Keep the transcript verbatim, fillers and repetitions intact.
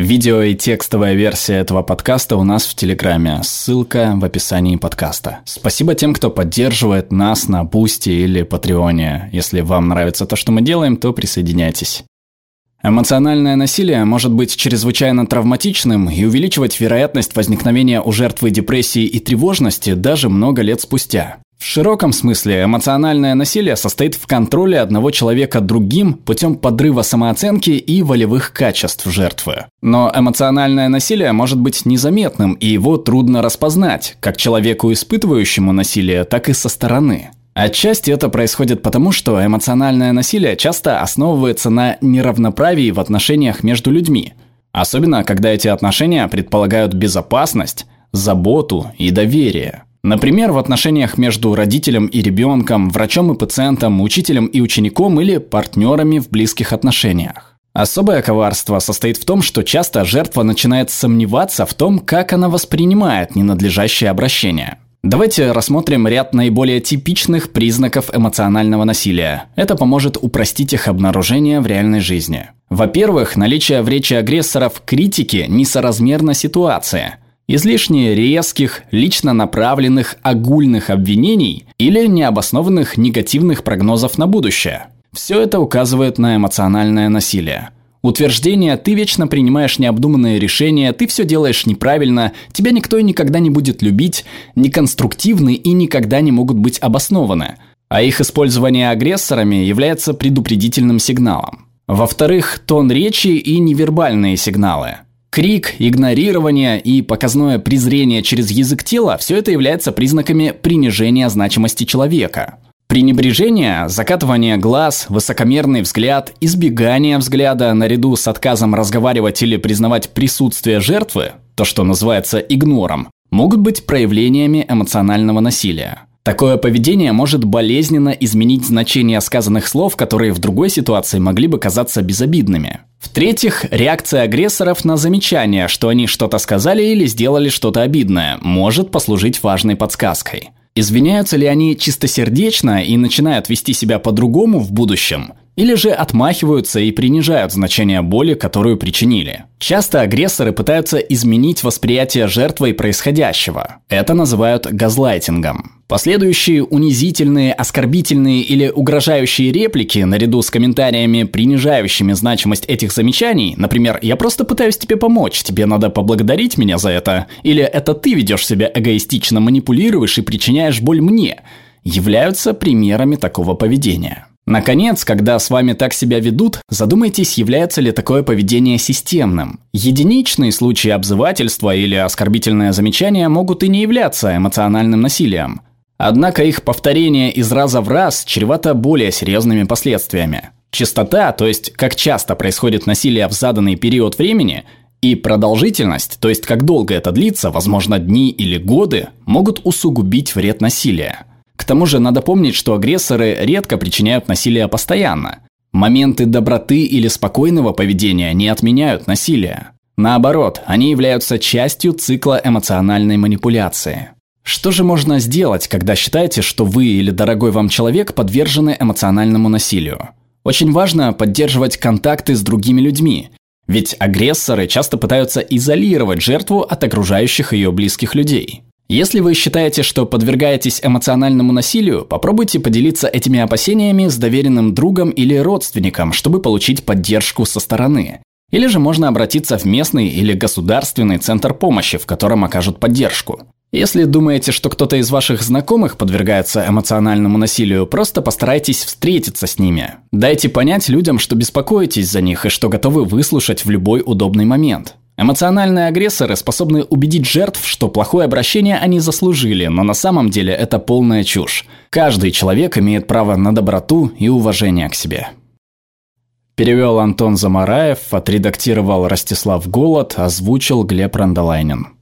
Видео и текстовая версия этого подкаста у нас в Телеграме. Ссылка в описании подкаста. Спасибо тем, кто поддерживает нас на Бусти или Патреоне. Если вам нравится то, что мы делаем, то присоединяйтесь. Эмоциональное насилие может быть чрезвычайно травматичным и увеличивать вероятность возникновения у жертвы депрессии и тревожности даже много лет спустя. В широком смысле эмоциональное насилие состоит в контроле одного человека другим путем подрыва самооценки и волевых качеств жертвы. Но эмоциональное насилие может быть незаметным, и его трудно распознать, как человеку, испытывающему насилие, так и со стороны. Отчасти это происходит потому, что эмоциональное насилие часто основывается на неравноправии в отношениях между людьми. Особенно, когда эти отношения предполагают безопасность, заботу и доверие. Например, в отношениях между родителем и ребенком, врачом и пациентом, учителем и учеником или партнерами в близких отношениях. Особое коварство состоит в том, что часто жертва начинает сомневаться в том, как она воспринимает ненадлежащее обращение. Давайте рассмотрим ряд наиболее типичных признаков эмоционального насилия. Это поможет упростить их обнаружение в реальной жизни. Во-первых, наличие в речи агрессоров критики несоразмерно ситуации. Излишне резких, лично направленных, огульных обвинений или необоснованных негативных прогнозов на будущее. Все это указывает на эмоциональное насилие. Утверждение «ты вечно принимаешь необдуманные решения», «ты все делаешь неправильно», «тебя никто и никогда не будет любить», неконструктивны и никогда не могут быть обоснованы, а их использование агрессорами является предупредительным сигналом. Во-вторых, тон речи и невербальные сигналы. Крик, игнорирование и показное презрение через язык тела – все это является признаками принижения значимости человека. Пренебрежение, закатывание глаз, высокомерный взгляд, избегание взгляда наряду с отказом разговаривать или признавать присутствие жертвы, то, что называется игнором, могут быть проявлениями эмоционального насилия. Такое поведение может болезненно изменить значение сказанных слов, которые в другой ситуации могли бы казаться безобидными. В-третьих, реакция агрессоров на замечание, что они что-то сказали или сделали что-то обидное, может послужить важной подсказкой. Извиняются ли они чистосердечно и начинают вести себя по-другому в будущем? Или же отмахиваются и принижают значение боли, которую причинили? Часто агрессоры пытаются изменить восприятие жертвой происходящего. Это называют газлайтингом. Последующие унизительные, оскорбительные или угрожающие реплики, наряду с комментариями, принижающими значимость этих замечаний, например, «я просто пытаюсь тебе помочь, тебе надо поблагодарить меня за это», или «это ты ведешь себя эгоистично, манипулируешь и причиняешь боль мне», являются примерами такого поведения. Наконец, когда с вами так себя ведут, задумайтесь, является ли такое поведение системным. Единичные случаи обзывательства или оскорбительное замечание могут и не являться эмоциональным насилием. Однако их повторение из раза в раз чревато более серьезными последствиями. Частота, то есть как часто происходит насилие в заданный период времени, и продолжительность, то есть как долго это длится, возможно, дни или годы, могут усугубить вред насилия. К тому же надо помнить, что агрессоры редко причиняют насилие постоянно. Моменты доброты или спокойного поведения не отменяют насилие. Наоборот, они являются частью цикла эмоциональной манипуляции. Что же можно сделать, когда считаете, что вы или дорогой вам человек подвержены эмоциональному насилию? Очень важно поддерживать контакты с другими людьми, ведь агрессоры часто пытаются изолировать жертву от окружающих ее близких людей. Если вы считаете, что подвергаетесь эмоциональному насилию, попробуйте поделиться этими опасениями с доверенным другом или родственником, чтобы получить поддержку со стороны. Или же можно обратиться в местный или государственный центр помощи, в котором окажут поддержку. Если думаете, что кто-то из ваших знакомых подвергается эмоциональному насилию, просто постарайтесь встретиться с ними. Дайте понять людям, что беспокоитесь за них и что готовы выслушать в любой удобный момент. Эмоциональные агрессоры способны убедить жертв, что плохое обращение они заслужили, но на самом деле это полная чушь. Каждый человек имеет право на доброту и уважение к себе. Перевел Антон Замараев, отредактировал Ростислав Голод, озвучил Глеб Рандолайнин.